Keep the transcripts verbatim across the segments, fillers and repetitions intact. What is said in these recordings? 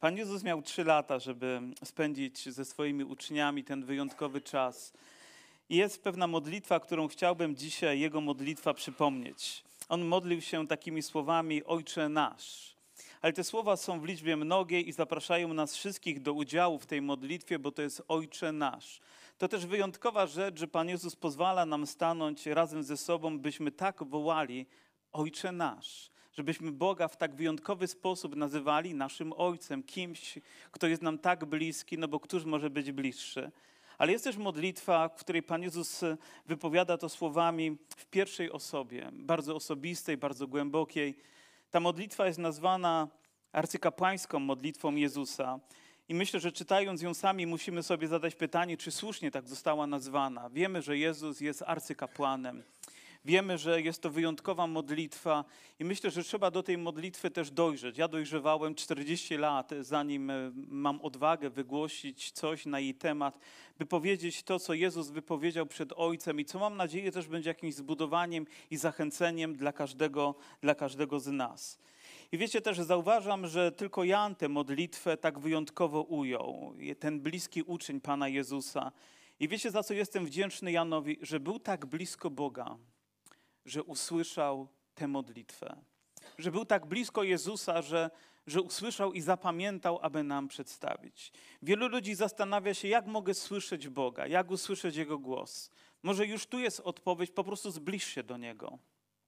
Pan Jezus miał trzy lata, żeby spędzić ze swoimi uczniami ten wyjątkowy czas. I jest pewna modlitwa, którą chciałbym dzisiaj, Jego modlitwa, przypomnieć. On modlił się takimi słowami: Ojcze nasz. Ale te słowa są w liczbie mnogiej i zapraszają nas wszystkich do udziału w tej modlitwie, bo to jest Ojcze nasz. To też wyjątkowa rzecz, że Pan Jezus pozwala nam stanąć razem ze sobą, byśmy tak wołali: Ojcze nasz. Żebyśmy Boga w tak wyjątkowy sposób nazywali naszym Ojcem, kimś, kto jest nam tak bliski, no bo któż może być bliższy. Ale jest też modlitwa, w której Pan Jezus wypowiada to słowami w pierwszej osobie, bardzo osobistej, bardzo głębokiej. Ta modlitwa jest nazwana arcykapłańską modlitwą Jezusa. I myślę, że czytając ją sami musimy sobie zadać pytanie, czy słusznie tak została nazwana. Wiemy, że Jezus jest arcykapłanem. Wiemy, że jest to wyjątkowa modlitwa i myślę, że trzeba do tej modlitwy też dojrzeć. Ja dojrzewałem czterdzieści lat, zanim mam odwagę wygłosić coś na jej temat, by powiedzieć to, co Jezus wypowiedział przed Ojcem i co mam nadzieję też będzie jakimś zbudowaniem i zachęceniem dla każdego, dla każdego z nas. I wiecie też, zauważam, że tylko Jan tę modlitwę tak wyjątkowo ujął, ten bliski uczeń Pana Jezusa. I wiecie, za co jestem wdzięczny Janowi? Że był tak blisko Boga, że usłyszał tę modlitwę. Że był tak blisko Jezusa, że, że usłyszał i zapamiętał, aby nam przedstawić. Wielu ludzi zastanawia się, jak mogę słyszeć Boga, jak usłyszeć Jego głos. Może już tu jest odpowiedź, po prostu zbliż się do Niego.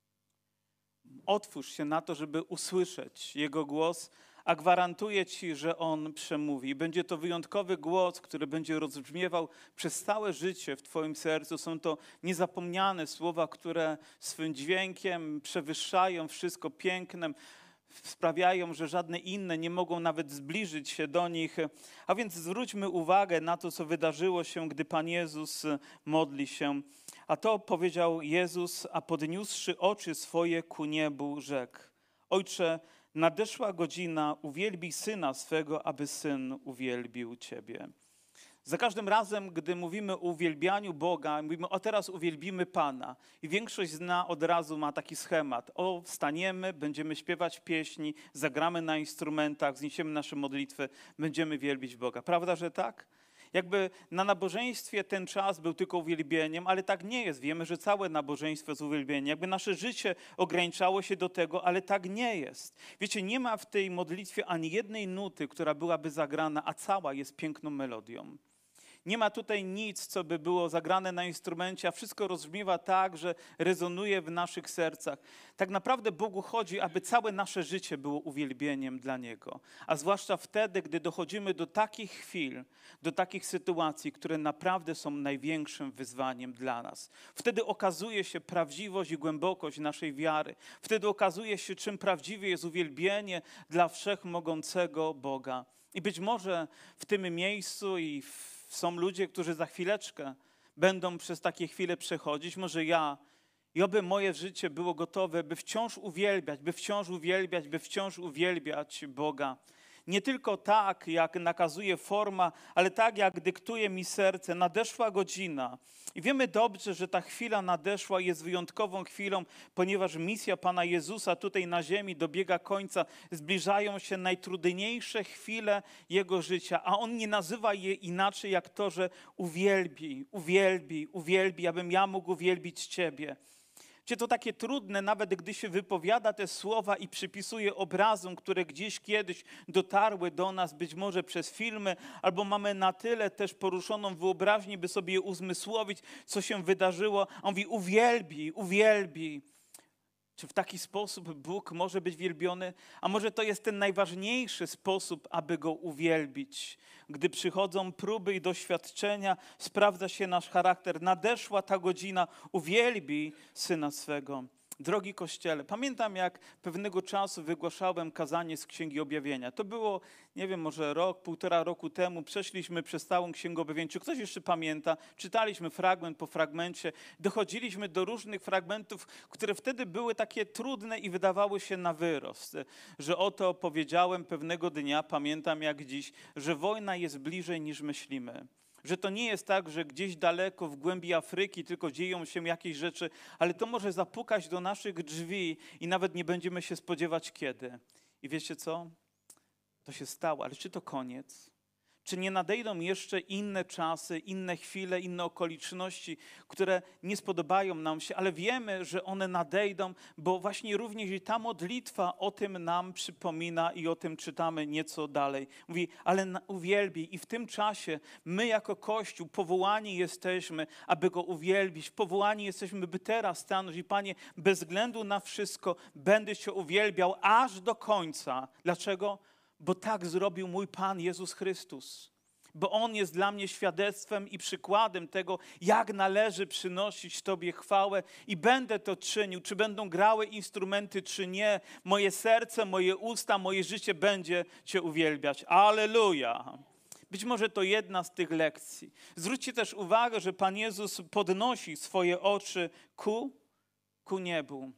Otwórz się na to, żeby usłyszeć Jego głos, a gwarantuję Ci, że On przemówi. Będzie to wyjątkowy głos, który będzie rozbrzmiewał przez całe życie w Twoim sercu. Są to niezapomniane słowa, które swym dźwiękiem przewyższają wszystko pięknem, sprawiają, że żadne inne nie mogą nawet zbliżyć się do nich. A więc zwróćmy uwagę na to, co wydarzyło się, gdy Pan Jezus modli się. A to powiedział Jezus, a podniósłszy oczy swoje ku niebu, rzekł: Ojcze, nadeszła godzina, uwielbij Syna swego, aby Syn uwielbił Ciebie. Za każdym razem, gdy mówimy o uwielbianiu Boga, mówimy: o teraz uwielbimy Pana. I większość zna od razu, ma taki schemat. O, wstaniemy, będziemy śpiewać pieśni, zagramy na instrumentach, wzniesiemy nasze modlitwy, będziemy wielbić Boga. Prawda, że tak? Jakby na nabożeństwie ten czas był tylko uwielbieniem, ale tak nie jest. Wiemy, że całe nabożeństwo jest uwielbieniem. Jakby nasze życie ograniczało się do tego, ale tak nie jest. Wiecie, nie ma w tej modlitwie ani jednej nuty, która byłaby zagrana, a cała jest piękną melodią. Nie ma tutaj nic, co by było zagrane na instrumencie, a wszystko rozbrzmiewa tak, że rezonuje w naszych sercach. Tak naprawdę Bogu chodzi, aby całe nasze życie było uwielbieniem dla Niego. A zwłaszcza wtedy, gdy dochodzimy do takich chwil, do takich sytuacji, które naprawdę są największym wyzwaniem dla nas. Wtedy okazuje się prawdziwość i głębokość naszej wiary. Wtedy okazuje się, czym prawdziwie jest uwielbienie dla wszechmogącego Boga. I być może w tym miejscu i w są ludzie, którzy za chwileczkę będą przez takie chwile przechodzić. Może ja i oby moje życie było gotowe, by wciąż uwielbiać, by wciąż uwielbiać, by wciąż uwielbiać Boga. Nie tylko tak, jak nakazuje forma, ale tak, jak dyktuje mi serce. Nadeszła godzina. I wiemy dobrze, że ta chwila nadeszła i jest wyjątkową chwilą, ponieważ misja Pana Jezusa tutaj na ziemi dobiega końca. Zbliżają się najtrudniejsze chwile Jego życia, a On nie nazywa je inaczej jak to, że uwielbi, uwielbi, uwielbi, abym ja mógł uwielbić Ciebie. Czy to takie trudne, nawet gdy się wypowiada te słowa i przypisuje obrazom, które gdzieś kiedyś dotarły do nas, być może przez filmy, albo mamy na tyle też poruszoną wyobraźnię, by sobie uzmysłowić, co się wydarzyło. On mówi: uwielbi, uwielbi. Czy w taki sposób Bóg może być wielbiony? A może to jest ten najważniejszy sposób, aby Go uwielbić? Gdy przychodzą próby i doświadczenia, sprawdza się nasz charakter. Nadeszła ta godzina, uwielbij Syna swego. Drogi Kościele, pamiętam, jak pewnego czasu wygłaszałem kazanie z Księgi Objawienia. To było, nie wiem, może rok, półtora roku temu. Przeszliśmy przez całą Księgę Objawienia. Czy ktoś jeszcze pamięta? Czytaliśmy fragment po fragmencie. Dochodziliśmy do różnych fragmentów, które wtedy były takie trudne i wydawały się na wyrost. Że oto powiedziałem pewnego dnia, pamiętam jak dziś, że wojna jest bliżej niż myślimy. Że to nie jest tak, że gdzieś daleko w głębi Afryki tylko dzieją się jakieś rzeczy, ale to może zapukać do naszych drzwi i nawet nie będziemy się spodziewać kiedy. I wiecie co? To się stało, ale czy to koniec? Czy nie nadejdą jeszcze inne czasy, inne chwile, inne okoliczności, które nie spodobają nam się, ale wiemy, że one nadejdą, bo właśnie również i ta modlitwa o tym nam przypomina i o tym czytamy nieco dalej. Mówi, ale uwielbij i w tym czasie my jako Kościół powołani jesteśmy, aby Go uwielbić. Powołani jesteśmy, by teraz stanąć i Panie, bez względu na wszystko będę Cię uwielbiał aż do końca. Dlaczego? Bo tak zrobił mój Pan Jezus Chrystus. Bo On jest dla mnie świadectwem i przykładem tego, jak należy przynosić Tobie chwałę i będę to czynił. Czy będą grały instrumenty, czy nie. Moje serce, moje usta, moje życie będzie Cię uwielbiać. Alleluja! Być może to jedna z tych lekcji. Zwróćcie też uwagę, że Pan Jezus podnosi swoje oczy ku, ku niebu.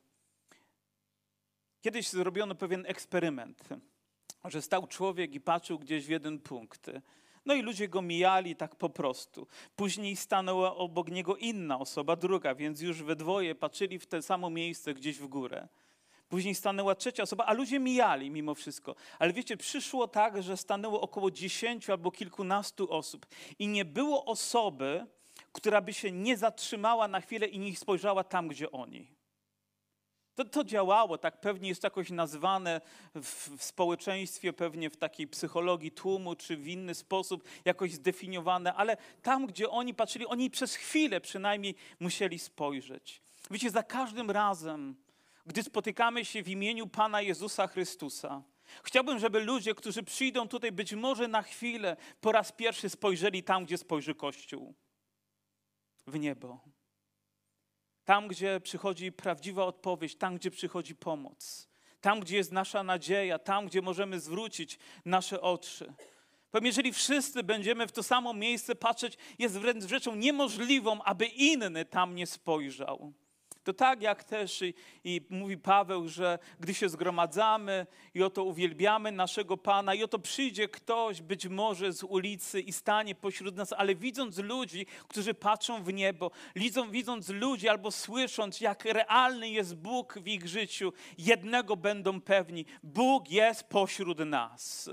Kiedyś zrobiono pewien eksperyment, że stał człowiek i patrzył gdzieś w jeden punkt. No i ludzie go mijali tak po prostu. Później stanęła obok niego inna osoba, druga, więc już we dwoje patrzyli w to samo miejsce gdzieś w górę. Później stanęła trzecia osoba, a ludzie mijali mimo wszystko. Ale wiecie, przyszło tak, że stanęło około dziesięciu albo kilkunastu osób i nie było osoby, która by się nie zatrzymała na chwilę i nie spojrzała tam, gdzie oni. To, to działało, tak pewnie jest jakoś nazwane w, w społeczeństwie, pewnie w takiej psychologii tłumu, czy w inny sposób jakoś zdefiniowane, ale tam, gdzie oni patrzyli, oni przez chwilę przynajmniej musieli spojrzeć. Wiecie, za każdym razem, gdy spotykamy się w imieniu Pana Jezusa Chrystusa, chciałbym, żeby ludzie, którzy przyjdą tutaj być może na chwilę, po raz pierwszy spojrzeli tam, gdzie spojrzy Kościół. W niebo. Tam, gdzie przychodzi prawdziwa odpowiedź, tam, gdzie przychodzi pomoc. Tam, gdzie jest nasza nadzieja, tam, gdzie możemy zwrócić nasze oczy. Bo jeżeli wszyscy będziemy w to samo miejsce patrzeć, jest wręcz rzeczą niemożliwą, aby inny tam nie spojrzał. To tak jak też i, i mówi Paweł, że gdy się zgromadzamy i oto uwielbiamy naszego Pana i oto przyjdzie ktoś być może z ulicy i stanie pośród nas, ale widząc ludzi, którzy patrzą w niebo, widzą, widząc ludzi albo słysząc, jak realny jest Bóg w ich życiu, jednego będą pewni, Bóg jest pośród nas.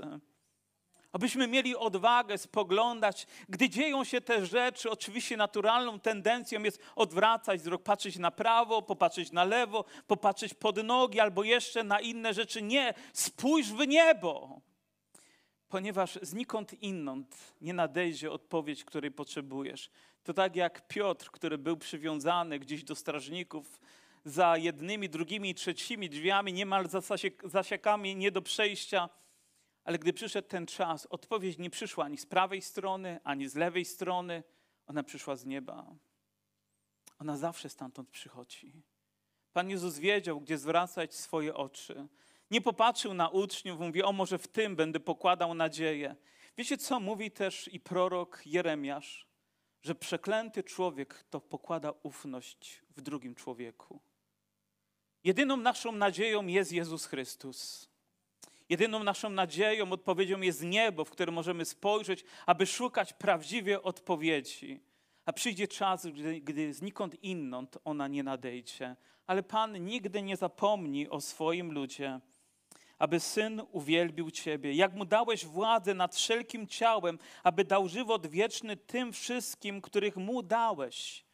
Abyśmy mieli odwagę spoglądać, gdy dzieją się te rzeczy, oczywiście naturalną tendencją jest odwracać wzrok, patrzeć na prawo, popatrzeć na lewo, popatrzeć pod nogi albo jeszcze na inne rzeczy. Nie, spójrz w niebo, ponieważ znikąd inąd nie nadejdzie odpowiedź, której potrzebujesz. To tak jak Piotr, który był przywiązany gdzieś do strażników, za jednymi, drugimi i trzecimi drzwiami, niemal za zasiekami nie do przejścia. Ale gdy przyszedł ten czas, odpowiedź nie przyszła ani z prawej strony, ani z lewej strony. Ona przyszła z nieba. Ona zawsze stamtąd przychodzi. Pan Jezus wiedział, gdzie zwracać swoje oczy. Nie popatrzył na uczniów, mówi, o może w tym będę pokładał nadzieję. Wiecie co mówi też i prorok Jeremiasz? Że przeklęty człowiek to pokłada ufność w drugim człowieku. Jedyną naszą nadzieją jest Jezus Chrystus. Jedyną naszą nadzieją, odpowiedzią jest niebo, w które możemy spojrzeć, aby szukać prawdziwie odpowiedzi. A przyjdzie czas, gdy, gdy znikąd inąd ona nie nadejdzie. Ale Pan nigdy nie zapomni o swoim ludzie, aby Syn uwielbił Ciebie. Jak Mu dałeś władzę nad wszelkim ciałem, aby dał żywot wieczny tym wszystkim, których Mu dałeś.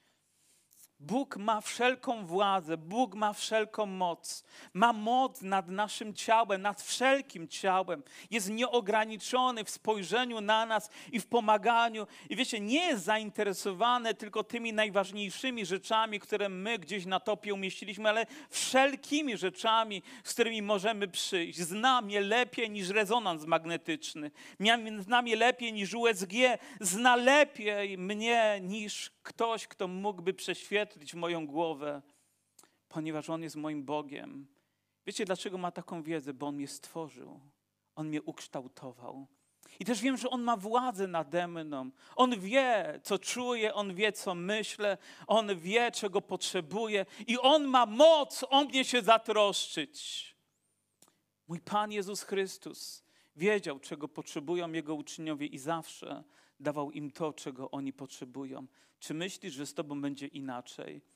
Bóg ma wszelką władzę, Bóg ma wszelką moc. Ma moc nad naszym ciałem, nad wszelkim ciałem. Jest nieograniczony w spojrzeniu na nas i w pomaganiu. I wiecie, nie jest zainteresowany tylko tymi najważniejszymi rzeczami, które my gdzieś na topie umieściliśmy, ale wszelkimi rzeczami, z którymi możemy przyjść. Zna mnie lepiej niż rezonans magnetyczny. Zna mnie lepiej niż U S G. Zna lepiej mnie niż ktoś, kto mógłby prześwietlić moją głowę, ponieważ On jest moim Bogiem. Wiecie, dlaczego ma taką wiedzę? Bo On mnie stworzył. On mnie ukształtował. I też wiem, że On ma władzę nade mną. On wie, co czuję, On wie, co myślę, On wie, czego potrzebuję i On ma moc o mnie się zatroszczyć. Mój Pan Jezus Chrystus wiedział, czego potrzebują Jego uczniowie i zawsze dawał im to, czego oni potrzebują. Czy myślisz, że z Tobą będzie inaczej?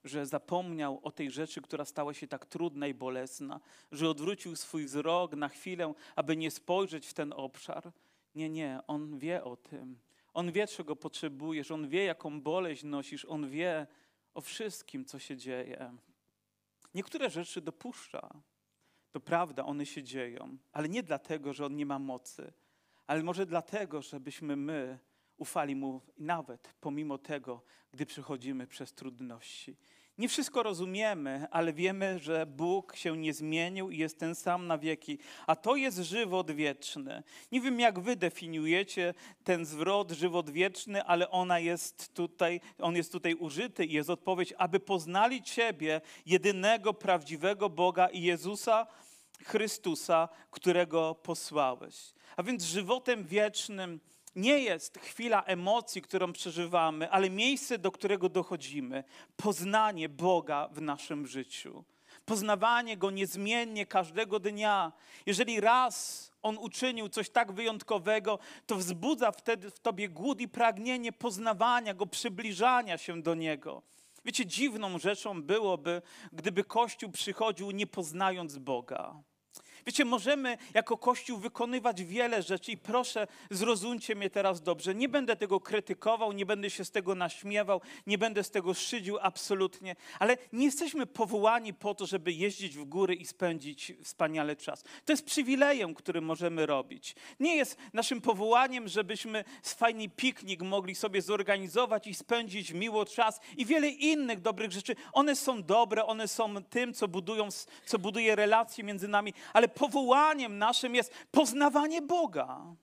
że zapomniał o tej rzeczy, która stała się tak trudna i bolesna, że odwrócił swój wzrok na chwilę, aby nie spojrzeć w ten obszar. Nie, nie, on wie o tym. On wie, czego potrzebujesz, on wie, jaką boleść nosisz, on wie o wszystkim, co się dzieje. Niektóre rzeczy dopuszcza. To prawda, one się dzieją, ale nie dlatego, że on nie ma mocy, ale może dlatego, żebyśmy my ufali mu nawet pomimo tego, gdy przechodzimy przez trudności. Nie wszystko rozumiemy, ale wiemy, że Bóg się nie zmienił i jest ten sam na wieki, a to jest żywot wieczny. Nie wiem, jak wy definiujecie ten zwrot żywot wieczny, ale ona jest tutaj, on jest tutaj użyty i jest odpowiedź, aby poznali Ciebie, jedynego prawdziwego Boga i Jezusa Chrystusa, którego posłałeś. A więc żywotem wiecznym nie jest chwila emocji, którą przeżywamy, ale miejsce, do którego dochodzimy. Poznanie Boga w naszym życiu. Poznawanie Go niezmiennie każdego dnia. Jeżeli raz On uczynił coś tak wyjątkowego, to wzbudza wtedy w tobie głód i pragnienie poznawania Go, przybliżania się do Niego. Wiecie, dziwną rzeczą byłoby, gdyby Kościół przychodził nie poznając Boga. Wiecie, możemy jako Kościół wykonywać wiele rzeczy i proszę, zrozumcie mnie teraz dobrze. Nie będę tego krytykował, nie będę się z tego naśmiewał, nie będę z tego szydził absolutnie, ale nie jesteśmy powołani po to, żeby jeździć w góry i spędzić wspaniale czas. To jest przywilejem, który możemy robić. Nie jest naszym powołaniem, żebyśmy fajny piknik mogli sobie zorganizować i spędzić miło czas i wiele innych dobrych rzeczy. One są dobre, one są tym, co budują, co buduje relacje między nami, ale powołaniem naszym jest poznawanie Boga.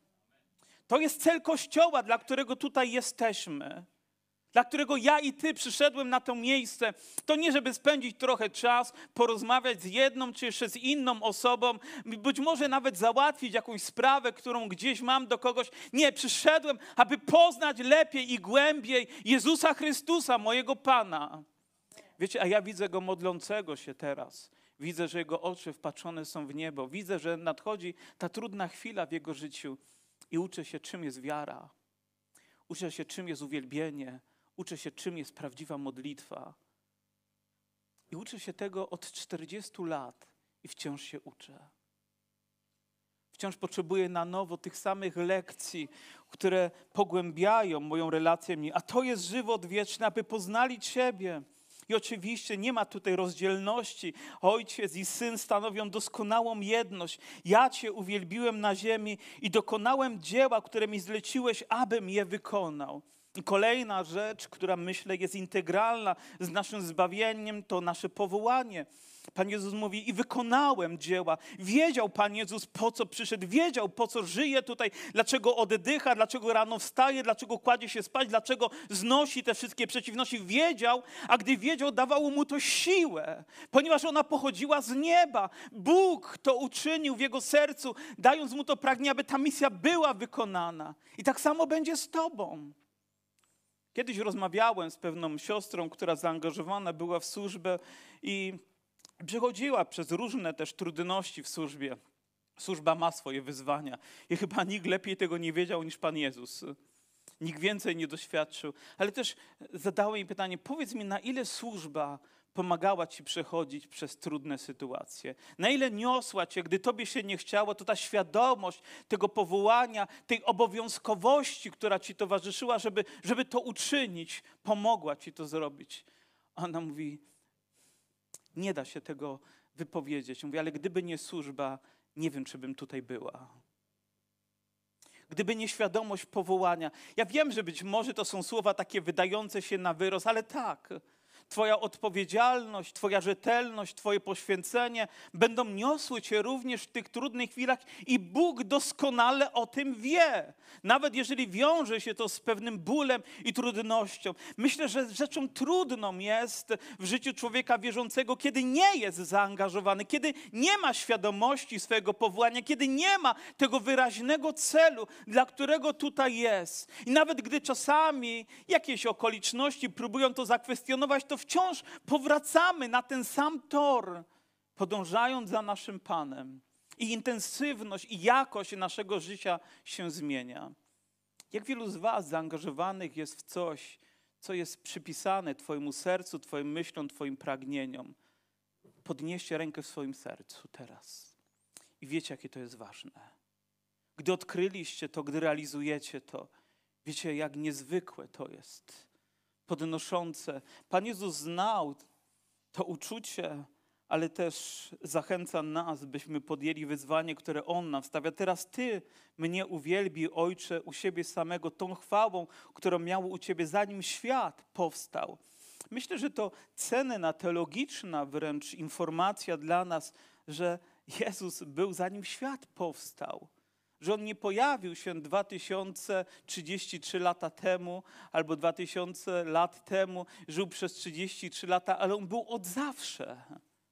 To jest cel Kościoła, dla którego tutaj jesteśmy. Dla którego ja i ty przyszedłem na to miejsce. To nie, żeby spędzić trochę czas, porozmawiać z jedną czy jeszcze z inną osobą, być może nawet załatwić jakąś sprawę, którą gdzieś mam do kogoś. Nie, przyszedłem, aby poznać lepiej i głębiej Jezusa Chrystusa, mojego Pana. Wiecie, a ja widzę Go modlącego się teraz. Widzę, że Jego oczy wpatrzone są w niebo. Widzę, że nadchodzi ta trudna chwila w Jego życiu i uczę się, czym jest wiara. Uczę się, czym jest uwielbienie. Uczę się, czym jest prawdziwa modlitwa. I uczę się tego od czterdziestu lat i wciąż się uczę. Wciąż potrzebuję na nowo tych samych lekcji, które pogłębiają moją relację mnie. A to jest żywot wieczny, aby poznali Ciebie. I oczywiście nie ma tutaj rozdzielności. Ojciec i Syn stanowią doskonałą jedność. Ja Cię uwielbiłem na ziemi i dokonałem dzieła, które mi zleciłeś, abym je wykonał. I kolejna rzecz, która myślę jest integralna z naszym zbawieniem, to nasze powołanie. Pan Jezus mówi, i wykonałem dzieła. Wiedział Pan Jezus, po co przyszedł. Wiedział, po co żyje tutaj, dlaczego oddycha, dlaczego rano wstaje, dlaczego kładzie się spać, dlaczego znosi te wszystkie przeciwności. Wiedział, a gdy wiedział, dawało mu to siłę, ponieważ ona pochodziła z nieba. Bóg to uczynił w jego sercu, dając mu to pragnienie, aby ta misja była wykonana. I tak samo będzie z tobą. Kiedyś rozmawiałem z pewną siostrą, która zaangażowana była w służbę i przechodziła przez różne też trudności w służbie. Służba ma swoje wyzwania i chyba nikt lepiej tego nie wiedział niż Pan Jezus. Nikt więcej nie doświadczył. Ale też zadałem jej pytanie, powiedz mi, na ile służba pomagała ci przechodzić przez trudne sytuacje? Na ile niosła cię, gdy tobie się nie chciało, to ta świadomość tego powołania, tej obowiązkowości, która ci towarzyszyła, żeby, żeby to uczynić, pomogła ci to zrobić? Ona mówi, nie da się tego wypowiedzieć. Mówi, ale gdyby nie służba, nie wiem, czy bym tutaj była. Gdyby nie świadomość powołania. Ja wiem, że być może to są słowa takie wydające się na wyrost, ale tak. Twoja odpowiedzialność, Twoja rzetelność, Twoje poświęcenie będą niosły Cię również w tych trudnych chwilach i Bóg doskonale o tym wie. Nawet jeżeli wiąże się to z pewnym bólem i trudnością. Myślę, że rzeczą trudną jest w życiu człowieka wierzącego, kiedy nie jest zaangażowany, kiedy nie ma świadomości swojego powołania, kiedy nie ma tego wyraźnego celu, dla którego tutaj jest. I nawet gdy czasami jakieś okoliczności próbują to zakwestionować, to wciąż powracamy na ten sam tor, podążając za naszym Panem. I intensywność i jakość naszego życia się zmienia. Jak wielu z was zaangażowanych jest w coś, co jest przypisane Twojemu sercu, Twoim myślom, Twoim pragnieniom. Podnieście rękę w swoim sercu teraz. I wiecie, jakie to jest ważne. Gdy odkryliście to, gdy realizujecie to, wiecie, jak niezwykłe to jest. Podnoszące. Pan Jezus znał to uczucie, ale też zachęca nas, byśmy podjęli wyzwanie, które On nam stawia. Teraz Ty mnie uwielbi, Ojcze, u siebie samego, tą chwałą, którą miał u Ciebie, zanim świat powstał. Myślę, że to cenna, teologiczna wręcz informacja dla nas, że Jezus był, zanim świat powstał. Że On nie pojawił się dwa tysiące trzydzieści trzy lata temu albo dwa tysiące lat temu, żył przez trzydzieści trzy lata, ale On był od zawsze.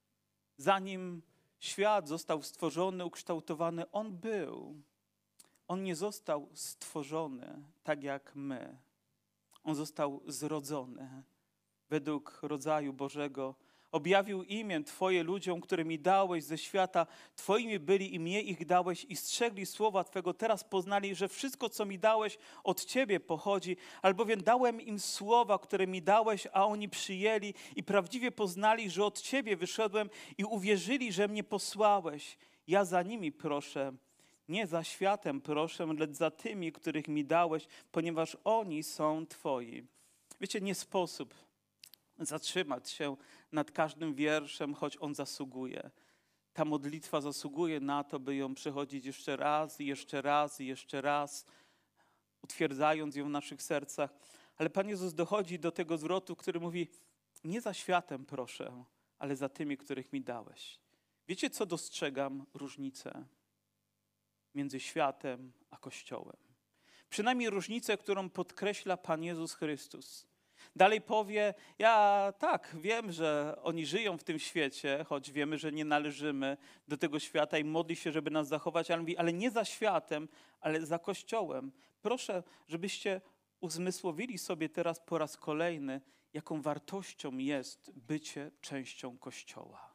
Zanim świat został stworzony, ukształtowany, On był. On nie został stworzony tak jak my. On został zrodzony według rodzaju Bożego. Objawił imię Twoje ludziom, które mi dałeś ze świata. Twoimi byli i mnie ich dałeś i strzegli słowa Twego. Teraz poznali, że wszystko, co mi dałeś, od Ciebie pochodzi. Albowiem dałem im słowa, które mi dałeś, a oni przyjęli i prawdziwie poznali, że od Ciebie wyszedłem i uwierzyli, że mnie posłałeś. Ja za nimi proszę, nie za światem proszę, lecz za tymi, których mi dałeś, ponieważ oni są Twoi. Wiecie, nie sposób zatrzymać się nad każdym wierszem, choć on zasługuje. Ta modlitwa zasługuje na to, by ją przechodzić jeszcze raz i jeszcze raz i jeszcze raz, utwierdzając ją w naszych sercach. Ale Pan Jezus dochodzi do tego zwrotu, który mówi, nie za światem proszę, ale za tymi, których mi dałeś. Wiecie, co dostrzegam różnicę między światem a Kościołem? Przynajmniej różnicę, którą podkreśla Pan Jezus Chrystus. Dalej powie, ja tak, wiem, że oni żyją w tym świecie, choć wiemy, że nie należymy do tego świata i modli się, żeby nas zachować, ale mówi, ale nie za światem, ale za Kościołem. Proszę, żebyście uzmysłowili sobie teraz po raz kolejny, jaką wartością jest bycie częścią Kościoła.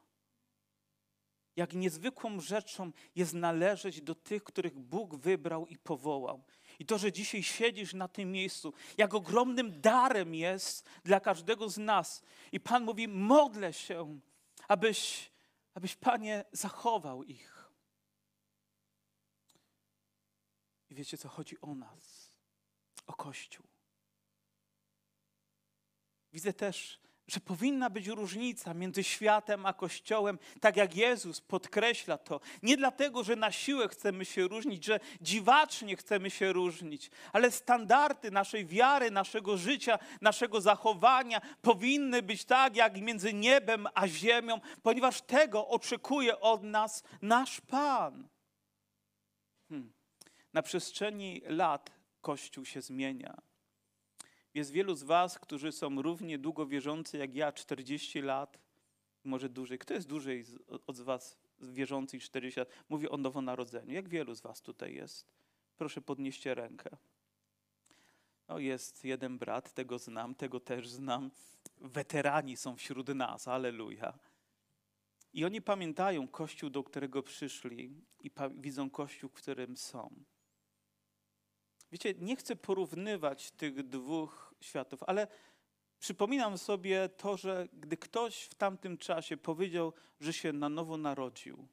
Jak niezwykłą rzeczą jest należeć do tych, których Bóg wybrał i powołał. I to, że dzisiaj siedzisz na tym miejscu, jak ogromnym darem jest dla każdego z nas. I Pan mówi, modlę się, abyś, abyś Panie, zachował ich. I wiecie co, chodzi o nas, o Kościół. Widzę też, że powinna być różnica między światem a Kościołem, tak jak Jezus podkreśla to. Nie dlatego, że na siłę chcemy się różnić, że dziwacznie chcemy się różnić, ale standardy naszej wiary, naszego życia, naszego zachowania powinny być tak, jak między niebem a ziemią, ponieważ tego oczekuje od nas nasz Pan. Hmm. Na przestrzeni lat Kościół się zmienia. Jest wielu z was, którzy są równie długo wierzący jak ja, czterdzieści lat, może dłużej. Kto jest dłużej z, od was wierzących czterdzieści lat? Mówię o nowonarodzeniu. Jak wielu z was tutaj jest? Proszę podnieście rękę. No jest jeden brat, tego znam, tego też znam. Weterani są wśród nas, alleluja. I oni pamiętają Kościół, do którego przyszli i widzą Kościół, w którym są. Wiecie, nie chcę porównywać tych dwóch światów, ale przypominam sobie to, że gdy ktoś w tamtym czasie powiedział, że się na nowo narodził,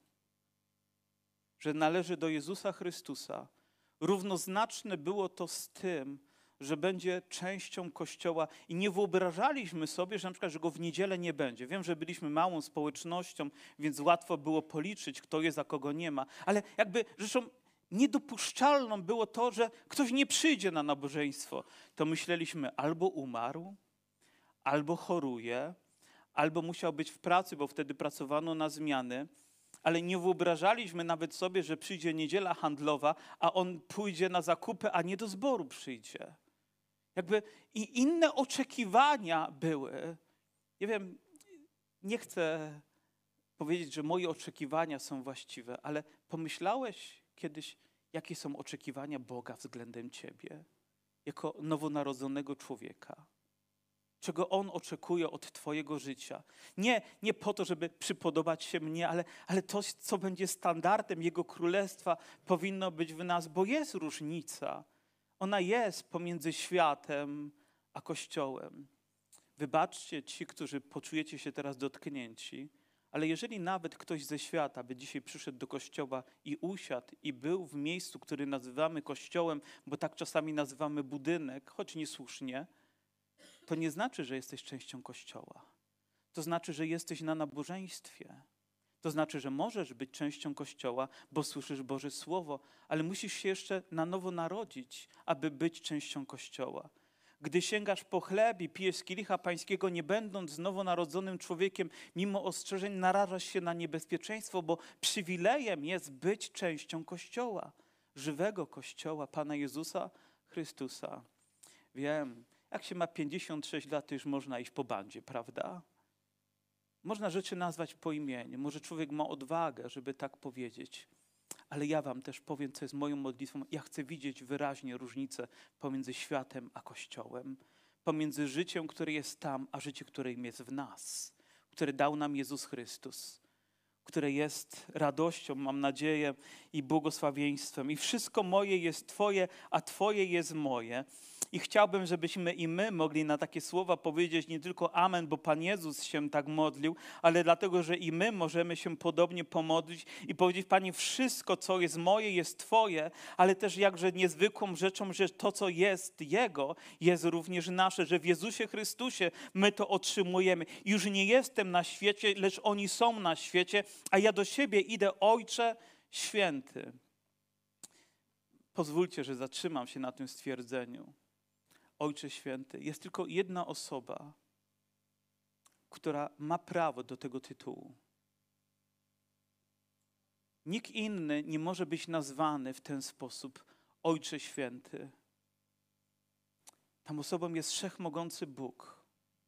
że należy do Jezusa Chrystusa, równoznaczne było to z tym, że będzie częścią Kościoła i nie wyobrażaliśmy sobie, że na przykład, że go w niedzielę nie będzie. Wiem, że byliśmy małą społecznością, więc łatwo było policzyć, kto jest, a kogo nie ma, ale jakby rzeczą niedopuszczalną było to, że ktoś nie przyjdzie na nabożeństwo. To myśleliśmy, albo umarł, albo choruje, albo musiał być w pracy, bo wtedy pracowano na zmiany, ale nie wyobrażaliśmy nawet sobie, że przyjdzie niedziela handlowa, a on pójdzie na zakupy, a nie do zboru przyjdzie. Jakby i inne oczekiwania były. Nie wiem, nie chcę powiedzieć, że moje oczekiwania są właściwe, ale pomyślałeś kiedyś, jakie są oczekiwania Boga względem ciebie, jako nowonarodzonego człowieka? Czego On oczekuje od twojego życia? Nie, nie po to, żeby przypodobać się mnie, ale, ale to, co będzie standardem Jego Królestwa, powinno być w nas, bo jest różnica. Ona jest pomiędzy światem a Kościołem. Wybaczcie ci, którzy poczujecie się teraz dotknięci, ale jeżeli nawet ktoś ze świata by dzisiaj przyszedł do Kościoła i usiadł i był w miejscu, który nazywamy Kościołem, bo tak czasami nazywamy budynek, choć niesłusznie, to nie znaczy, że jesteś częścią Kościoła. To znaczy, że jesteś na nabożeństwie. To znaczy, że możesz być częścią Kościoła, bo słyszysz Boże Słowo, ale musisz się jeszcze na nowo narodzić, aby być częścią Kościoła. Gdy sięgasz po chleb i pijesz z kielicha pańskiego, nie będąc nowonarodzonym człowiekiem, mimo ostrzeżeń narażasz się na niebezpieczeństwo, bo przywilejem jest być częścią Kościoła, żywego Kościoła Pana Jezusa Chrystusa. Wiem, jak się ma pięćdziesiąt sześć lat, to już można iść po bandzie, prawda? Można rzeczy nazwać po imieniu. Może człowiek ma odwagę, żeby tak powiedzieć. Ale ja wam też powiem, co jest moją modlitwą. Ja chcę widzieć wyraźnie różnicę pomiędzy światem a Kościołem. Pomiędzy życiem, które jest tam, a życiem, które jest w nas. Które dał nam Jezus Chrystus. Które jest radością, mam nadzieję, i błogosławieństwem. I wszystko moje jest Twoje, a Twoje jest moje. I chciałbym, żebyśmy i my mogli na takie słowa powiedzieć nie tylko amen, bo Pan Jezus się tak modlił, ale dlatego, że i my możemy się podobnie pomodlić i powiedzieć: Panie, wszystko, co jest moje, jest Twoje, ale też jakże niezwykłą rzeczą, że to, co jest Jego, jest również nasze, że w Jezusie Chrystusie my to otrzymujemy. Już nie jestem na świecie, lecz oni są na świecie, a ja do siebie idę, Ojcze Święty. Pozwólcie, że zatrzymam się na tym stwierdzeniu. Ojcze Święty, jest tylko jedna osoba, która ma prawo do tego tytułu. Nikt inny nie może być nazwany w ten sposób Ojcze Święty. Tą osobą jest wszechmogący Bóg.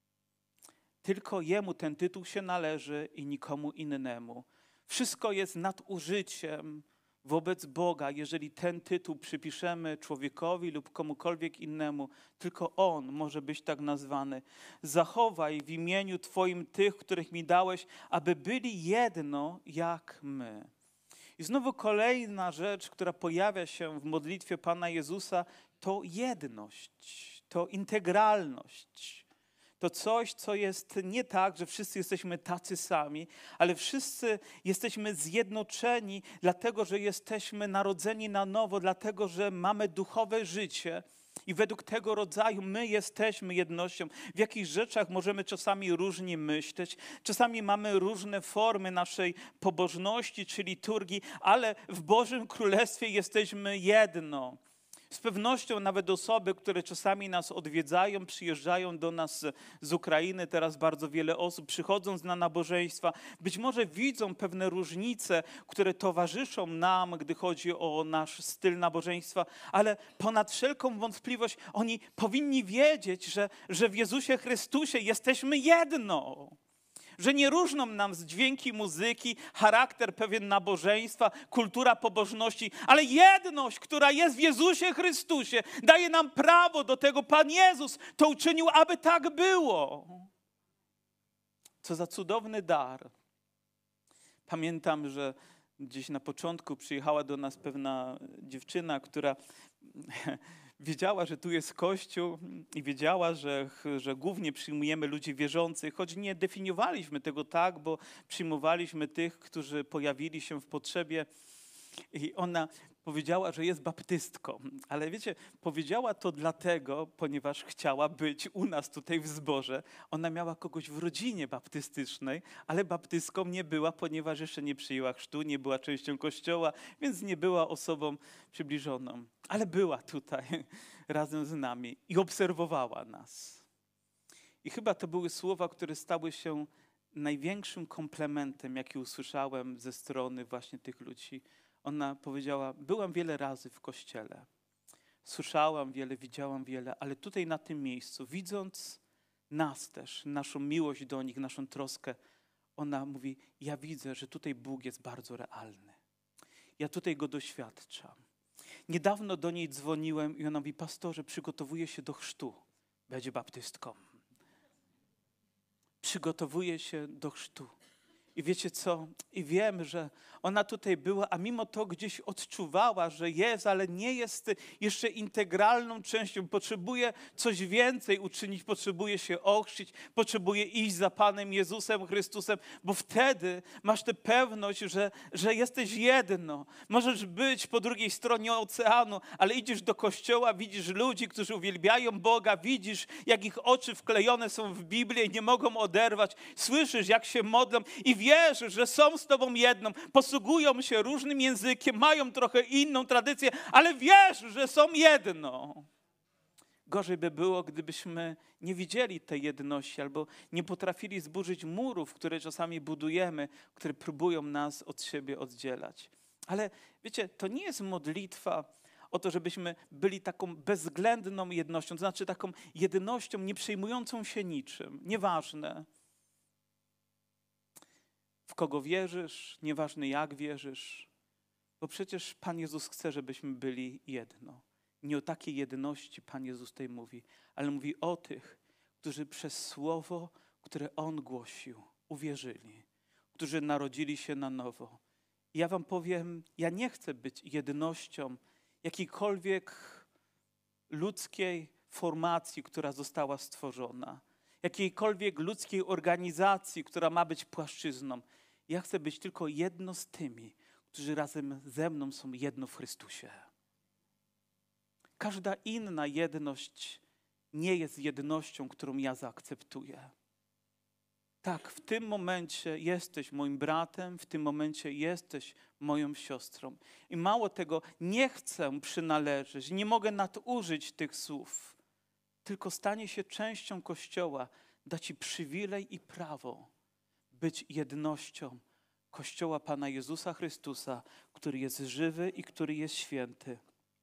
Tylko Jemu ten tytuł się należy i nikomu innemu. Wszystko jest nadużyciem wobec Boga, jeżeli ten tytuł przypiszemy człowiekowi lub komukolwiek innemu. Tylko On może być tak nazwany. Zachowaj w imieniu Twoim tych, których mi dałeś, aby byli jedno jak my. I znowu kolejna rzecz, która pojawia się w modlitwie Pana Jezusa, to jedność, to integralność. To coś, co jest nie tak, że wszyscy jesteśmy tacy sami, ale wszyscy jesteśmy zjednoczeni, dlatego że jesteśmy narodzeni na nowo, dlatego że mamy duchowe życie. I według tego rodzaju my jesteśmy jednością. W jakichś rzeczach możemy czasami różnie myśleć, czasami mamy różne formy naszej pobożności czy liturgii, ale w Bożym Królestwie jesteśmy jedno. Z pewnością nawet osoby, które czasami nas odwiedzają, przyjeżdżają do nas z Ukrainy, teraz bardzo wiele osób przychodząc na nabożeństwa, być może widzą pewne różnice, które towarzyszą nam, gdy chodzi o nasz styl nabożeństwa, ale ponad wszelką wątpliwość oni powinni wiedzieć, że, że w Jezusie Chrystusie jesteśmy jedno. Że nie różnią nam dźwięki muzyki, charakter pewien nabożeństwa, kultura pobożności, ale jedność, która jest w Jezusie Chrystusie, daje nam prawo do tego. Pan Jezus to uczynił, aby tak było. Co za cudowny dar. Pamiętam, że gdzieś na początku przyjechała do nas pewna dziewczyna, która wiedziała, że tu jest Kościół i wiedziała, że, że głównie przyjmujemy ludzi wierzących, choć nie definiowaliśmy tego tak, bo przyjmowaliśmy tych, którzy pojawili się w potrzebie. I ona powiedziała, że jest baptystką. Ale wiecie, powiedziała to dlatego, ponieważ chciała być u nas tutaj w zborze. Ona miała kogoś w rodzinie baptystycznej, ale baptystką nie była, ponieważ jeszcze nie przyjęła chrztu, nie była częścią Kościoła, więc nie była osobą przybliżoną. Ale była tutaj razem z nami i obserwowała nas. I chyba to były słowa, które stały się największym komplementem, jaki usłyszałem ze strony właśnie tych ludzi. Ona powiedziała: byłam wiele razy w kościele, słyszałam wiele, widziałam wiele, ale tutaj na tym miejscu, widząc nas też, naszą miłość do nich, naszą troskę, ona mówi: ja widzę, że tutaj Bóg jest bardzo realny. Ja tutaj Go doświadczam. Niedawno do niej dzwoniłem i ona mówi: pastorze, przygotowuję się do chrztu, będzie baptystką. Przygotowuję się do chrztu. I wiecie co? I wiem, że ona tutaj była, a mimo to gdzieś odczuwała, że jest, ale nie jest jeszcze integralną częścią. Potrzebuje coś więcej uczynić, potrzebuje się ochrzcić, potrzebuje iść za Panem Jezusem Chrystusem, bo wtedy masz tę pewność, że, że jesteś jedno. Możesz być po drugiej stronie oceanu, ale idziesz do kościoła, widzisz ludzi, którzy uwielbiają Boga, widzisz, jak ich oczy wklejone są w Biblię i nie mogą oderwać. Słyszysz, jak się modlą i wierzysz, że są z Tobą jedną, posługują się różnym językiem, mają trochę inną tradycję, ale wierzysz, że są jedno. Gorzej by było, gdybyśmy nie widzieli tej jedności albo nie potrafili zburzyć murów, które czasami budujemy, które próbują nas od siebie oddzielać. Ale wiecie, to nie jest modlitwa o to, żebyśmy byli taką bezwzględną jednością, to znaczy taką jednością nie przejmującą się niczym. Nieważne, w kogo wierzysz, nieważne jak wierzysz, bo przecież Pan Jezus chce, żebyśmy byli jedno. Nie o takiej jedności Pan Jezus tutaj mówi, ale mówi o tych, którzy przez słowo, które On głosił, uwierzyli, którzy narodzili się na nowo. I ja wam powiem, ja nie chcę być jednością jakiejkolwiek ludzkiej formacji, która została stworzona, jakiejkolwiek ludzkiej organizacji, która ma być płaszczyzną. Ja chcę być tylko jedno z tymi, którzy razem ze mną są jedno w Chrystusie. Każda inna jedność nie jest jednością, którą ja zaakceptuję. Tak, w tym momencie jesteś moim bratem, w tym momencie jesteś moją siostrą. I mało tego, nie chcę przynależeć, nie mogę nadużyć tych słów, tylko stanie się częścią Kościoła, da ci przywilej i prawo być jednością Kościoła Pana Jezusa Chrystusa, który jest żywy i który jest święty.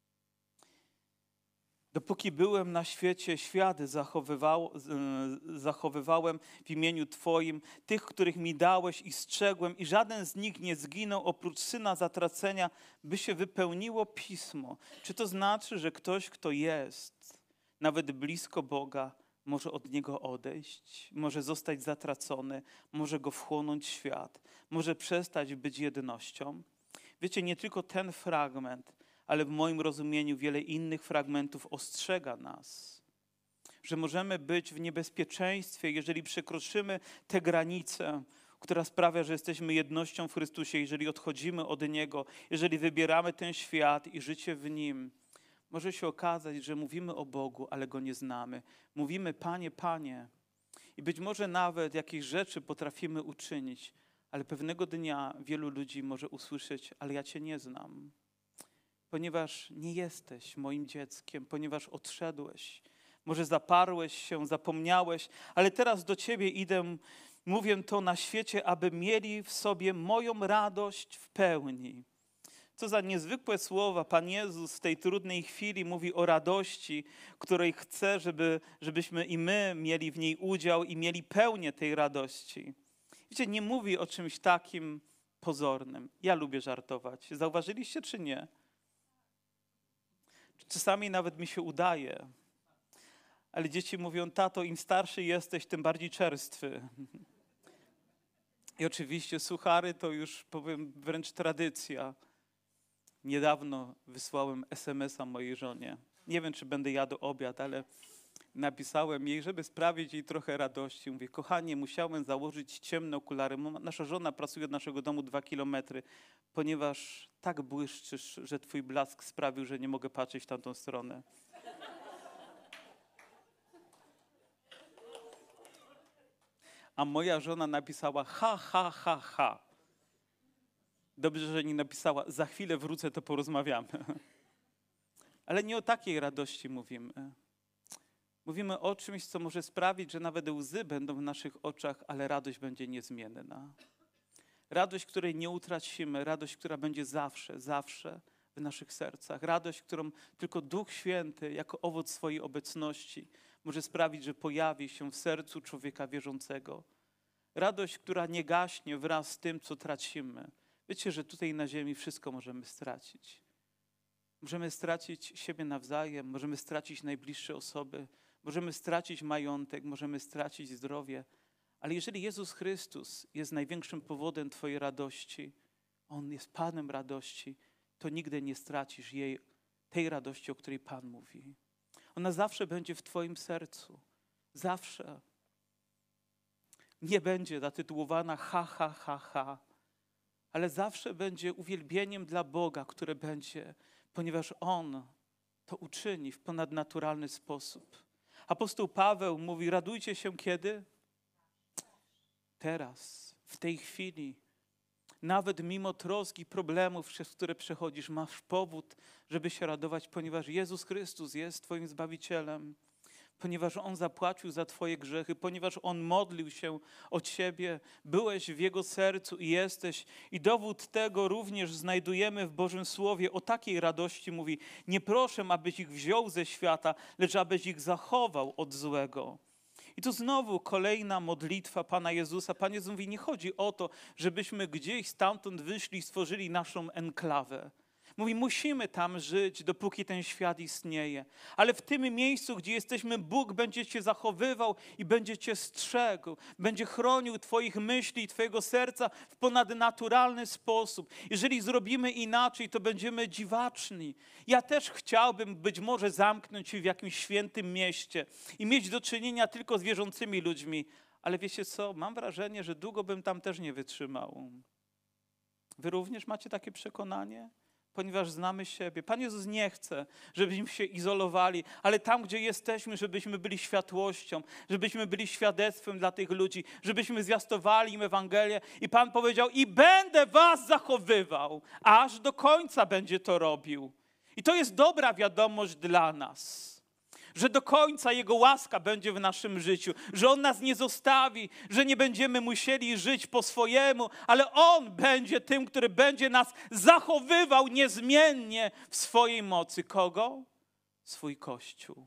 Dopóki byłem na świecie, świat zachowywał, zachowywałem w imieniu Twoim tych, których mi dałeś i strzegłem i żaden z nich nie zginął oprócz syna zatracenia, by się wypełniło Pismo. Czy to znaczy, że ktoś, kto jest nawet blisko Boga, może od Niego odejść, może zostać zatracony, może go wchłonąć świat, może przestać być jednością? Wiecie, nie tylko ten fragment, ale w moim rozumieniu wiele innych fragmentów ostrzega nas, że możemy być w niebezpieczeństwie, jeżeli przekroczymy tę granicę, która sprawia, że jesteśmy jednością w Chrystusie, jeżeli odchodzimy od Niego, jeżeli wybieramy ten świat i życie w Nim. Może się okazać, że mówimy o Bogu, ale Go nie znamy. Mówimy Panie, Panie i być może nawet jakieś rzeczy potrafimy uczynić, ale pewnego dnia wielu ludzi może usłyszeć, ale ja Cię nie znam. Ponieważ nie jesteś moim dzieckiem, ponieważ odszedłeś. Może zaparłeś się, zapomniałeś, ale teraz do Ciebie idę, mówię to na świecie, aby mieli w sobie moją radość w pełni. Co za niezwykłe słowa. Pan Jezus w tej trudnej chwili mówi o radości, której chce, żeby, żebyśmy i my mieli w niej udział i mieli pełnię tej radości. Wiecie, nie mówi o czymś takim pozornym. Ja lubię żartować. Zauważyliście czy nie? Czasami nawet mi się udaje. Ale dzieci mówią, tato, im starszy jesteś, tym bardziej czerstwy. I oczywiście suchary to już, powiem, wręcz tradycja. Niedawno wysłałem es em es a mojej żonie. Nie wiem, czy będę jadł obiad, ale napisałem jej, żeby sprawić jej trochę radości. Mówię, kochanie, musiałem założyć ciemne okulary. Nasza żona pracuje od naszego domu dwa kilometry, ponieważ tak błyszczysz, że twój blask sprawił, że nie mogę patrzeć w tamtą stronę. A moja żona napisała ha, ha, ha, ha. Dobrze, że nie napisała, za chwilę wrócę, to porozmawiamy. Ale nie o takiej radości mówimy. Mówimy o czymś, co może sprawić, że nawet łzy będą w naszych oczach, ale radość będzie niezmienna. Radość, której nie utracimy, radość, która będzie zawsze, zawsze w naszych sercach. Radość, którą tylko Duch Święty jako owoc swojej obecności może sprawić, że pojawi się w sercu człowieka wierzącego. Radość, która nie gaśnie wraz z tym, co tracimy. Wiecie, że tutaj na ziemi wszystko możemy stracić. Możemy stracić siebie nawzajem, możemy stracić najbliższe osoby, możemy stracić majątek, możemy stracić zdrowie, Ale jeżeli Jezus Chrystus jest największym powodem twojej radości, On jest Panem radości, to nigdy nie stracisz jej, tej radości, o której Pan mówi. Ona zawsze będzie w twoim sercu. Zawsze. Nie będzie zatytułowana ha, ha, ha, ha, ale zawsze będzie uwielbieniem dla Boga, które będzie, ponieważ On to uczyni w ponadnaturalny sposób. Apostoł Paweł mówi, radujcie się kiedy? Teraz, w tej chwili. Nawet mimo troski, problemów, przez które przechodzisz, masz powód, żeby się radować, ponieważ Jezus Chrystus jest twoim Zbawicielem. Ponieważ On zapłacił za twoje grzechy, ponieważ On modlił się o ciebie, byłeś w Jego sercu i jesteś. I dowód tego również znajdujemy w Bożym Słowie. O takiej radości mówi, nie proszę, abyś ich wziął ze świata, lecz abyś ich zachował od złego. I tu znowu kolejna modlitwa Pana Jezusa. Pan Jezus mówi, nie chodzi o to, żebyśmy gdzieś stamtąd wyszli i stworzyli naszą enklawę. Mówi, musimy tam żyć, dopóki ten świat istnieje. Ale w tym miejscu, gdzie jesteśmy, Bóg będzie cię zachowywał i będzie cię strzegł. Będzie chronił twoich myśli i twojego serca w ponadnaturalny sposób. Jeżeli zrobimy inaczej, to będziemy dziwaczni. Ja też chciałbym być może zamknąć się w jakimś świętym mieście i mieć do czynienia tylko z wierzącymi ludźmi. Ale wiecie co? Mam wrażenie, że długo bym tam też nie wytrzymał. Wy również macie takie przekonanie? Ponieważ znamy siebie. Pan Jezus nie chce, żebyśmy się izolowali, ale tam, gdzie jesteśmy, żebyśmy byli światłością, żebyśmy byli świadectwem dla tych ludzi, żebyśmy zwiastowali im Ewangelię. I Pan powiedział, i będę was zachowywał, aż do końca będzie to robił. I to jest dobra wiadomość dla nas. Że do końca Jego łaska będzie w naszym życiu, że On nas nie zostawi, że nie będziemy musieli żyć po swojemu, ale On będzie tym, który będzie nas zachowywał niezmiennie w swojej mocy. Kogo? Swój Kościół.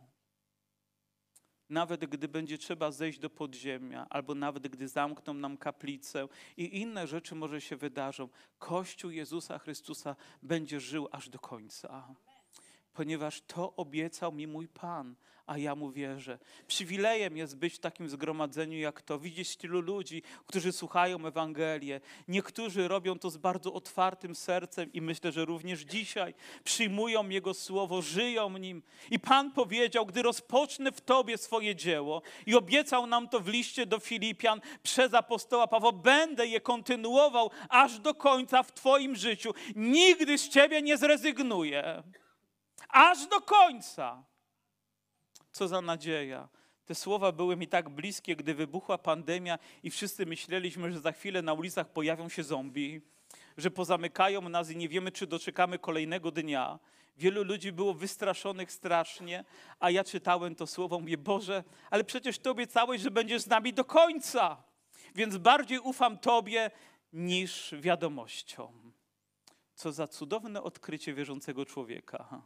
Nawet gdy będzie trzeba zejść do podziemia, albo nawet gdy zamkną nam kaplicę i inne rzeczy może się wydarzą, Kościół Jezusa Chrystusa będzie żył aż do końca. Ponieważ to obiecał mi mój Pan, a ja Mu wierzę. Przywilejem jest być w takim zgromadzeniu jak to, widzieć tylu ludzi, którzy słuchają Ewangelię. Niektórzy robią to z bardzo otwartym sercem i myślę, że również dzisiaj przyjmują Jego Słowo, żyją Nim. I Pan powiedział, gdy rozpocznę w Tobie swoje dzieło i obiecał nam to w liście do Filipian przez apostoła Pawła, będę je kontynuował aż do końca w Twoim życiu. Nigdy z Ciebie nie zrezygnuję. Aż do końca. Co za nadzieja. Te słowa były mi tak bliskie, gdy wybuchła pandemia i wszyscy myśleliśmy, że za chwilę na ulicach pojawią się zombie, że pozamykają nas i nie wiemy, czy doczekamy kolejnego dnia. Wielu ludzi było wystraszonych strasznie, a ja czytałem to słowo, mówię, Boże, ale przecież Ty obiecałeś, że będziesz z nami do końca. Więc bardziej ufam Tobie niż wiadomościom. Co za cudowne odkrycie wierzącego człowieka.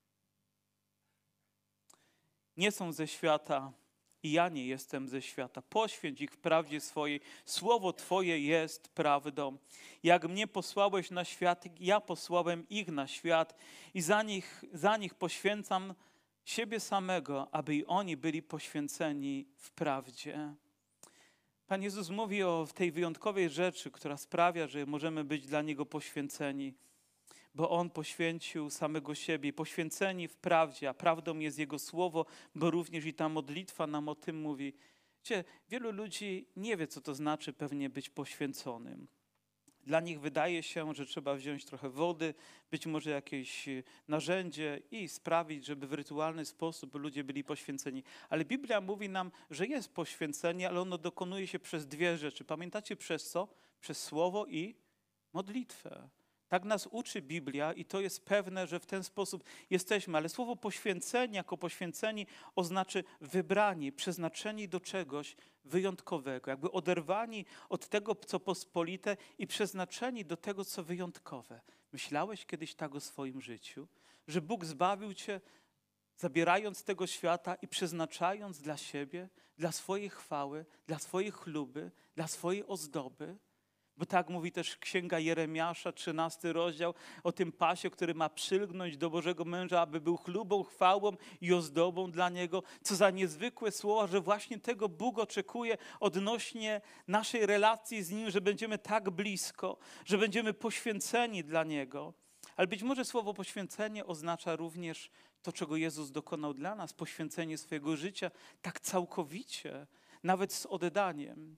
Nie są ze świata i ja nie jestem ze świata. Poświęć ich w prawdzie swojej. Słowo Twoje jest prawdą. Jak mnie posłałeś na świat, ja posłałem ich na świat i za nich, za nich poświęcam siebie samego, aby i oni byli poświęceni w prawdzie. Pan Jezus mówi o tej wyjątkowej rzeczy, która sprawia, że możemy być dla Niego poświęceni. Bo On poświęcił samego siebie, poświęceni w prawdzie, a prawdą jest Jego Słowo, bo również i ta modlitwa nam o tym mówi. Wiecie, wielu ludzi nie wie, co to znaczy pewnie być poświęconym. Dla nich wydaje się, że trzeba wziąć trochę wody, być może jakieś narzędzie i sprawić, żeby w rytualny sposób ludzie byli poświęceni. Ale Biblia mówi nam, że jest poświęcenie, ale ono dokonuje się przez dwie rzeczy. Pamiętacie przez co? Przez Słowo i modlitwę. Tak nas uczy Biblia i to jest pewne, że w ten sposób jesteśmy. Ale słowo poświęceni jako poświęceni oznacza wybrani, przeznaczeni do czegoś wyjątkowego. Jakby oderwani od tego, co pospolite i przeznaczeni do tego, co wyjątkowe. Myślałeś kiedyś tak o swoim życiu? Że Bóg zbawił cię, zabierając z tego świata i przeznaczając dla siebie, dla swojej chwały, dla swojej chluby, dla swojej ozdoby? Bo tak mówi też Księga Jeremiasza, trzynasty rozdział, o tym pasie, który ma przylgnąć do Bożego męża, aby był chlubą, chwałą i ozdobą dla niego. Co za niezwykłe słowa, że właśnie tego Bóg oczekuje odnośnie naszej relacji z Nim, że będziemy tak blisko, że będziemy poświęceni dla Niego. Ale być może słowo poświęcenie oznacza również to, czego Jezus dokonał dla nas, poświęcenie swojego życia tak całkowicie, nawet z oddaniem.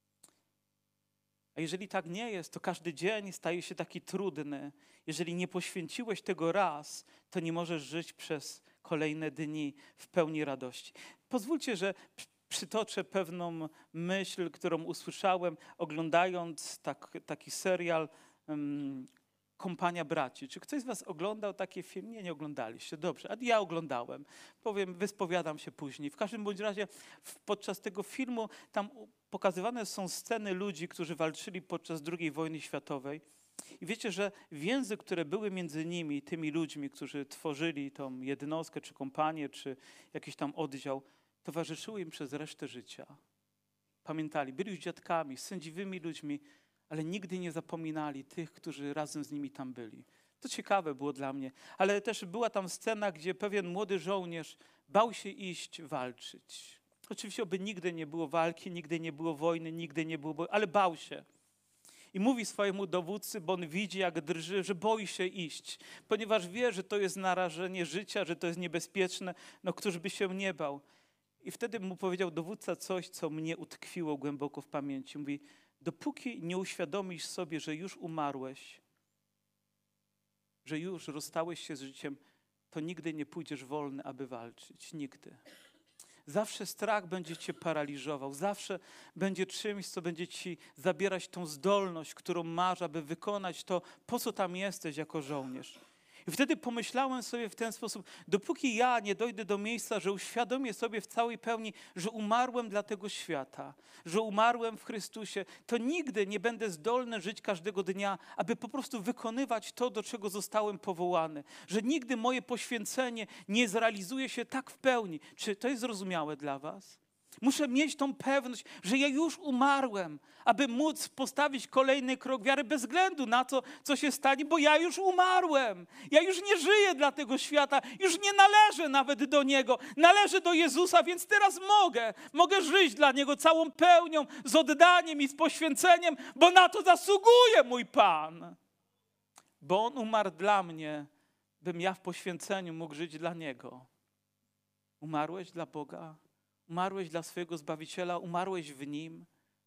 A jeżeli tak nie jest, to każdy dzień staje się taki trudny. Jeżeli nie poświęciłeś tego raz, to nie możesz żyć przez kolejne dni w pełni radości. Pozwólcie, że przytoczę pewną myśl, którą usłyszałem, oglądając tak, taki serial um, Kompania Braci. Czy ktoś z was oglądał takie filmy? Nie, nie oglądaliście. Dobrze, a ja oglądałem. Powiem, wyspowiadam się później. W każdym bądź razie podczas tego filmu tam pokazywane są sceny ludzi, którzy walczyli podczas drugiej wojny światowej. I wiecie, że więzy, które były między nimi, tymi ludźmi, którzy tworzyli tą jednostkę, czy kompanię, czy jakiś tam oddział, towarzyszyły im przez resztę życia. Pamiętali, byli już dziadkami, sędziwymi ludźmi, ale nigdy nie zapominali tych, którzy razem z nimi tam byli. To ciekawe było dla mnie. Ale też była tam scena, gdzie pewien młody żołnierz bał się iść walczyć. Oczywiście oby nigdy nie było walki, nigdy nie było wojny, nigdy nie było, ale bał się. I mówi swojemu dowódcy, bo on widzi, jak drży, że boi się iść, ponieważ wie, że to jest narażenie życia, że to jest niebezpieczne, no któż by się nie bał. I wtedy mu powiedział dowódca coś, co mnie utkwiło głęboko w pamięci. Mówi, dopóki nie uświadomisz sobie, że już umarłeś, że już rozstałeś się z życiem, to nigdy nie pójdziesz wolny, aby walczyć. Nigdy. Zawsze strach będzie cię paraliżował. Zawsze będzie czymś, co będzie ci zabierać tą zdolność, którą masz, aby wykonać to, po co tam jesteś jako żołnierz. I wtedy pomyślałem sobie w ten sposób, dopóki ja nie dojdę do miejsca, że uświadomię sobie w całej pełni, że umarłem dla tego świata, że umarłem w Chrystusie, to nigdy nie będę zdolny żyć każdego dnia, aby po prostu wykonywać to, do czego zostałem powołany. Że nigdy moje poświęcenie nie zrealizuje się tak w pełni. Czy to jest zrozumiałe dla was? Muszę mieć tą pewność, że ja już umarłem, aby móc postawić kolejny krok wiary bez względu na to, co się stanie, bo ja już umarłem. Ja już nie żyję dla tego świata, już nie należę nawet do Niego. Należę do Jezusa, więc teraz mogę. Mogę żyć dla Niego całą pełnią, z oddaniem i z poświęceniem, bo na to zasługuje mój Pan. Bo On umarł dla mnie, bym ja w poświęceniu mógł żyć dla Niego. Umarłeś dla Boga? Umarłeś dla swojego Zbawiciela, umarłeś w Nim.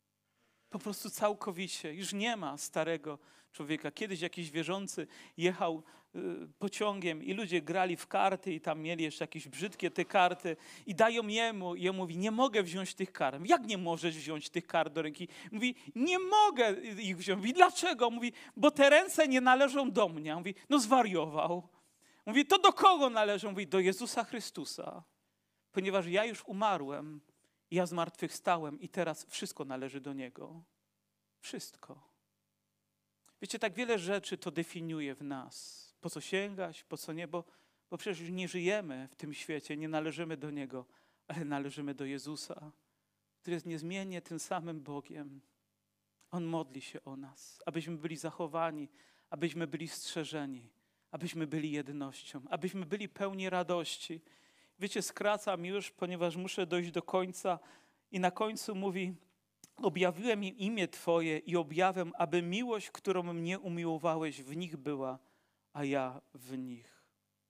Po prostu całkowicie. Już nie ma starego człowieka. Kiedyś jakiś wierzący jechał y, pociągiem i ludzie grali w karty i tam mieli jeszcze jakieś brzydkie te karty i dają jemu i on mówi, nie mogę wziąć tych kart. Jak nie możesz wziąć tych kart do ręki? Mówi, nie mogę ich wziąć. Mówi, dlaczego? Mówi, bo te ręce nie należą do mnie. Mówi, no zwariował. Mówi, to do kogo należą? Mówi, do Jezusa Chrystusa. Ponieważ ja już umarłem, ja zmartwychwstałem i teraz wszystko należy do Niego. Wszystko. Wiecie, tak wiele rzeczy to definiuje w nas. Po co sięgać, po co nie, bo, bo przecież nie żyjemy w tym świecie, nie należymy do Niego, ale należymy do Jezusa, który jest niezmiennie tym samym Bogiem. On modli się o nas, abyśmy byli zachowani, abyśmy byli strzeżeni, abyśmy byli jednością, abyśmy byli pełni radości. Wiecie, skracam już, ponieważ muszę dojść do końca i na końcu mówi, objawiłem im imię Twoje i objawiam, aby miłość, którą mnie umiłowałeś, w nich była, a ja w nich.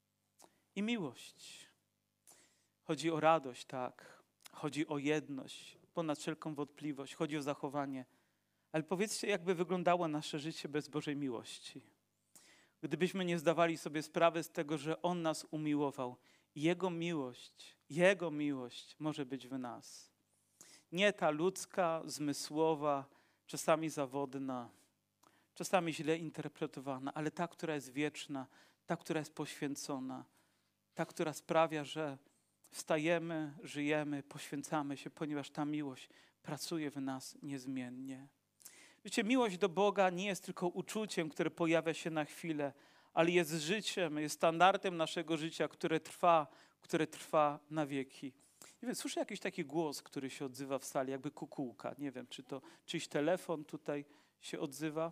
I miłość. Chodzi o radość, tak. Chodzi o jedność, ponad wszelką wątpliwość. Chodzi o zachowanie. Ale powiedzcie, jakby wyglądało nasze życie bez Bożej miłości. Gdybyśmy nie zdawali sobie sprawy z tego, że On nas umiłował. Jego miłość, Jego miłość może być w nas. Nie ta ludzka, zmysłowa, czasami zawodna, czasami źle interpretowana, ale ta, która jest wieczna, ta, która jest poświęcona, ta, która sprawia, że wstajemy, żyjemy, poświęcamy się, ponieważ ta miłość pracuje w nas niezmiennie. Wiecie, miłość do Boga nie jest tylko uczuciem, które pojawia się na chwilę, ale jest życiem, jest standardem naszego życia, które trwa, które trwa na wieki. Nie wiem, słyszę jakiś taki głos, który się odzywa w sali, jakby kukułka. Nie wiem, czy to czyjś telefon tutaj się odzywa.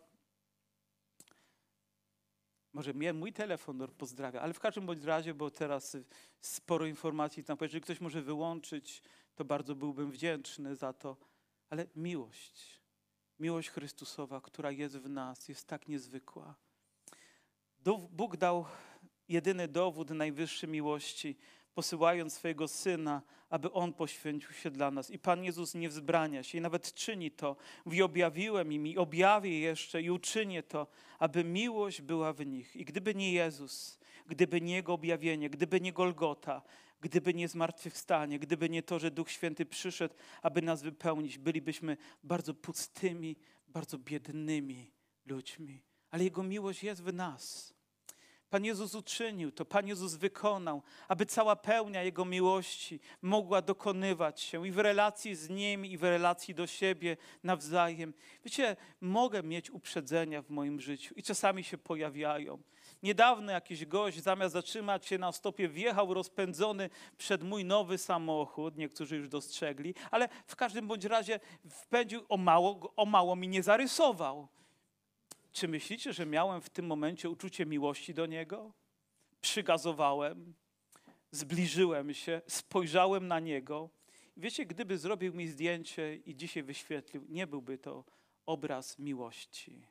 Może mnie mój telefon pozdrawia, ale w każdym bądź razie, bo teraz sporo informacji tam, jeżeli ktoś może wyłączyć, to bardzo byłbym wdzięczny za to. Ale miłość, miłość Chrystusowa, która jest w nas, jest tak niezwykła. Bóg dał jedyny dowód najwyższej miłości, posyłając swojego Syna, aby On poświęcił się dla nas. I Pan Jezus nie wzbrania się i nawet czyni to. Mówi, objawiłem im i objawię jeszcze i uczynię to, aby miłość była w nich. I gdyby nie Jezus, gdyby nie Jego objawienie, gdyby nie Golgota, gdyby nie zmartwychwstanie, gdyby nie to, że Duch Święty przyszedł, aby nas wypełnić, bylibyśmy bardzo pustymi, bardzo biednymi ludźmi. Ale Jego miłość jest w nas. Pan Jezus uczynił to, Pan Jezus wykonał, aby cała pełnia Jego miłości mogła dokonywać się i w relacji z Nim, i w relacji do siebie nawzajem. Wiecie, mogę mieć uprzedzenia w moim życiu i czasami się pojawiają. Niedawno jakiś gość zamiast zatrzymać się na stopie wjechał rozpędzony przed mój nowy samochód, niektórzy już dostrzegli, ale w każdym bądź razie wpędził o mało, o mało mi nie zarysował. Czy myślicie, że miałem w tym momencie uczucie miłości do Niego? Przygazowałem, zbliżyłem się, spojrzałem na Niego. Wiecie, gdyby zrobił mi zdjęcie i dzisiaj wyświetlił, nie byłby to obraz miłości.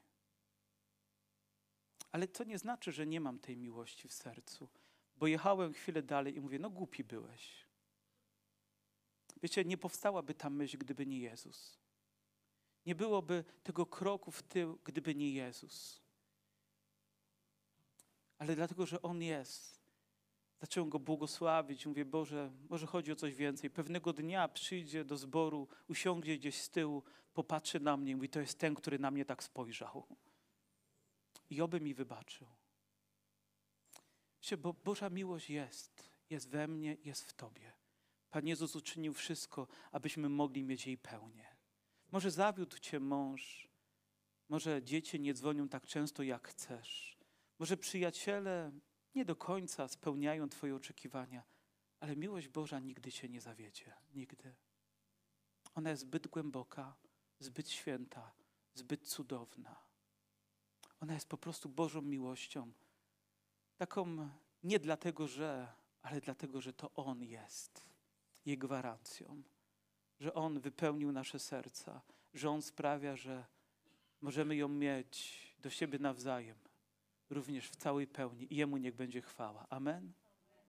Ale to nie znaczy, że nie mam tej miłości w sercu, bo jechałem chwilę dalej i mówię, no głupi byłeś. Wiecie, nie powstałaby ta myśl, gdyby nie Jezus. Nie byłoby tego kroku w tył, gdyby nie Jezus. Ale dlatego, że On jest. Zacząłem Go błogosławić. Mówię, Boże, może chodzi o coś więcej. Pewnego dnia przyjdzie do zboru, usiądzie gdzieś z tyłu, popatrzy na mnie i mówi, to jest ten, który na mnie tak spojrzał. I oby mi wybaczył. Wiecie, bo Boża miłość jest. Jest we mnie, jest w Tobie. Pan Jezus uczynił wszystko, abyśmy mogli mieć jej pełnię. Może zawiódł cię mąż, może dzieci nie dzwonią tak często, jak chcesz. Może przyjaciele nie do końca spełniają twoje oczekiwania, ale miłość Boża nigdy cię nie zawiedzie. Nigdy. Ona jest zbyt głęboka, zbyt święta, zbyt cudowna. Ona jest po prostu Bożą miłością. Taką nie dlatego, że, ale dlatego, że to On jest jej gwarancją. Że On wypełnił nasze serca, że On sprawia, że możemy ją mieć do siebie nawzajem, również w całej pełni. I Jemu niech będzie chwała. Amen.